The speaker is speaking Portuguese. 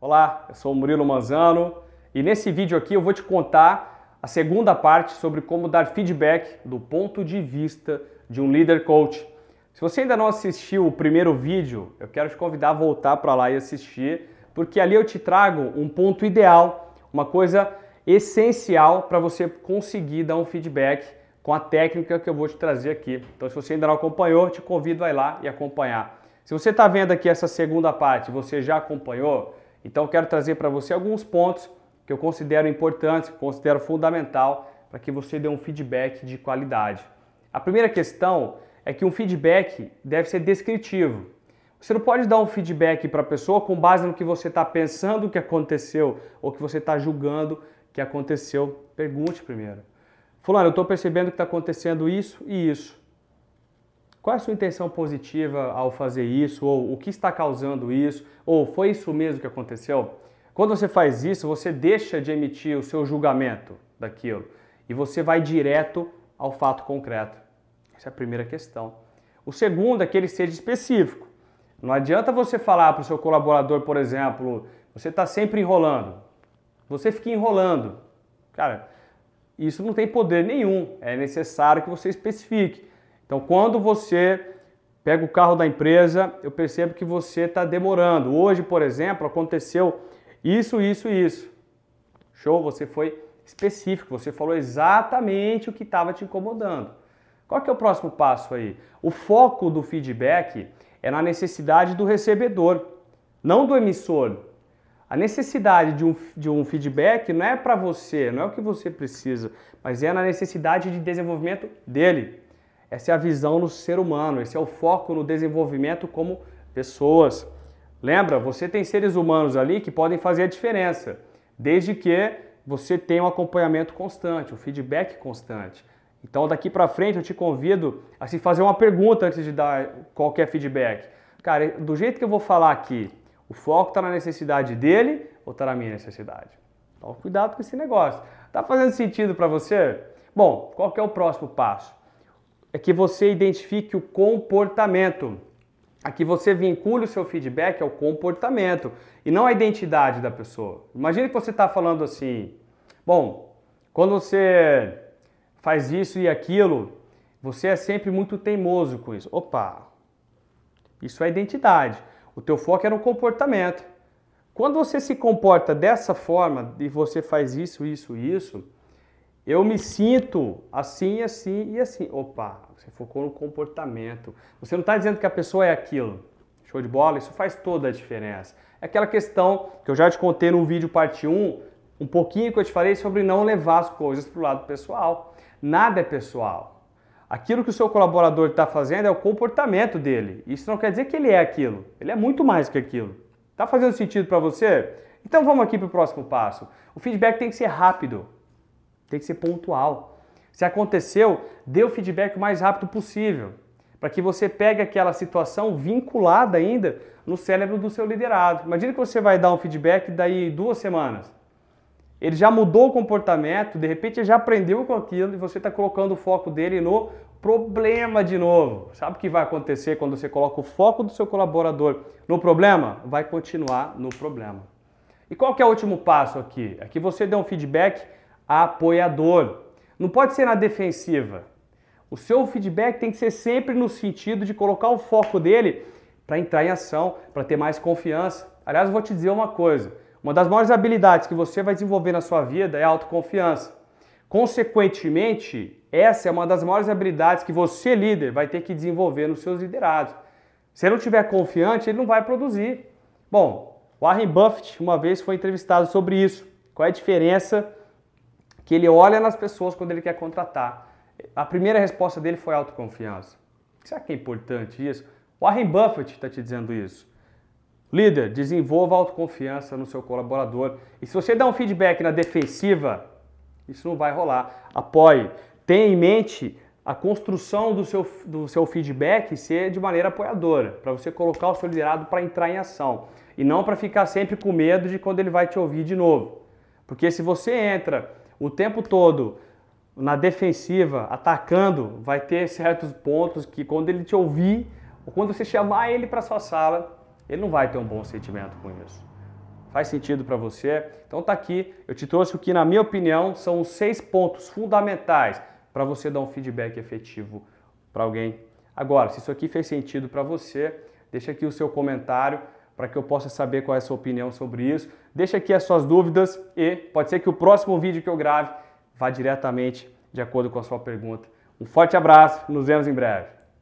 Olá, eu sou o Murilo Manzano e nesse vídeo aqui eu vou te contar a segunda parte sobre como dar feedback do ponto de vista de um líder coach. Se você ainda não assistiu o primeiro vídeo, eu quero te convidar a voltar para lá e assistir, porque ali eu te trago um ponto ideal, uma coisa essencial para você conseguir dar um feedback com a técnica que eu vou te trazer aqui. Então, se você ainda não acompanhou, te convido a ir lá e acompanhar. Se você está vendo aqui essa segunda parte, você já acompanhou, então eu quero trazer para você alguns pontos que eu considero importantes, que eu considero fundamental para que você dê um feedback de qualidade. A primeira questão é que um feedback deve ser descritivo. Você não pode dar um feedback para a pessoa com base no que você está pensando que aconteceu ou que você está julgando que aconteceu. Pergunte primeiro. Fulano, eu estou percebendo que está acontecendo isso e isso. Qual é a sua intenção positiva ao fazer isso? Ou o que está causando isso? Ou foi isso mesmo que aconteceu? Quando você faz isso, você deixa de emitir o seu julgamento daquilo e você vai direto ao fato concreto. Essa é a primeira questão. O segundo é que ele seja específico. Não adianta você falar para o seu colaborador, por exemplo, você está sempre enrolando. Você fica enrolando. Cara, isso não tem poder nenhum. É necessário que você especifique. Então, quando você pega o carro da empresa, eu percebo que você está demorando. Hoje, por exemplo, aconteceu isso, isso e isso. Show? Você foi específico, você falou exatamente o que estava te incomodando. Qual que é o próximo passo aí? O foco do feedback é na necessidade do recebedor, não do emissor. A necessidade de um feedback não é para você, não é o que você precisa, mas é na necessidade de desenvolvimento dele. Essa é a visão no ser humano, esse é o foco no desenvolvimento como pessoas. Lembra, você tem seres humanos ali que podem fazer a diferença, desde que você tenha um acompanhamento constante, um feedback constante. Então daqui para frente eu te convido a se fazer uma pergunta antes de dar qualquer feedback. Cara, do jeito que eu vou falar aqui, o foco está na necessidade dele ou está na minha necessidade? Então cuidado com esse negócio. Tá fazendo sentido para você? Bom, qual que é o próximo passo? É que você identifique o comportamento. Aqui você vincule o seu feedback ao comportamento e não à identidade da pessoa. Imagine que você está falando assim, bom, quando você faz isso e aquilo, você é sempre muito teimoso com isso. Opa, isso é identidade. O teu foco é no comportamento. Quando você se comporta dessa forma e você faz isso, isso, isso, eu me sinto assim, assim e assim. Opa, você focou no comportamento. Você não está dizendo que a pessoa é aquilo. Show de bola? Isso faz toda a diferença. É aquela questão que eu já te contei no vídeo parte 1, um pouquinho que eu te falei sobre não levar as coisas para o lado pessoal. Nada é pessoal. Aquilo que o seu colaborador está fazendo é o comportamento dele. Isso não quer dizer que ele é aquilo. Ele é muito mais que aquilo. Está fazendo sentido para você? Então vamos aqui para o próximo passo. O feedback tem que ser rápido. Tem que ser pontual. Se aconteceu, dê o feedback o mais rápido possível, para que você pegue aquela situação vinculada ainda no cérebro do seu liderado. Imagina que você vai dar um feedback daí 2 semanas. Ele já mudou o comportamento, de repente ele já aprendeu com aquilo e você está colocando o foco dele no problema de novo. Sabe o que vai acontecer quando você coloca o foco do seu colaborador no problema? Vai continuar no problema. E qual que é o último passo aqui? É que você dê um feedback apoiador. Não pode ser na defensiva. O seu feedback tem que ser sempre no sentido de colocar o foco dele para entrar em ação, para ter mais confiança. Aliás, eu vou te dizer uma coisa. Uma das maiores habilidades que você vai desenvolver na sua vida é a autoconfiança. Consequentemente, essa é uma das maiores habilidades que você, líder, vai ter que desenvolver nos seus liderados. Se ele não estiver confiante, ele não vai produzir. Bom, Warren Buffett uma vez foi entrevistado sobre isso. Qual é a diferença que ele olha nas pessoas quando ele quer contratar? A primeira resposta dele foi autoconfiança. Será que é importante isso? Warren Buffett está te dizendo isso. Líder, desenvolva autoconfiança no seu colaborador. E se você dá um feedback na defensiva, isso não vai rolar. Apoie. Tenha em mente a construção do seu feedback ser de maneira apoiadora, para você colocar o seu liderado para entrar em ação. E não para ficar sempre com medo de quando ele vai te ouvir de novo. Porque se você entra o tempo todo na defensiva, atacando, vai ter certos pontos que quando ele te ouvir, ou quando você chamar ele para sua sala, ele não vai ter um bom sentimento com isso. Faz sentido para você? Então tá aqui, eu te trouxe o que, na minha opinião, são os 6 pontos fundamentais para você dar um feedback efetivo para alguém. Agora, se isso aqui fez sentido para você, deixa aqui o seu comentário para que eu possa saber qual é a sua opinião sobre isso. Deixa aqui as suas dúvidas e pode ser que o próximo vídeo que eu grave vá diretamente de acordo com a sua pergunta. Um forte abraço, nos vemos em breve.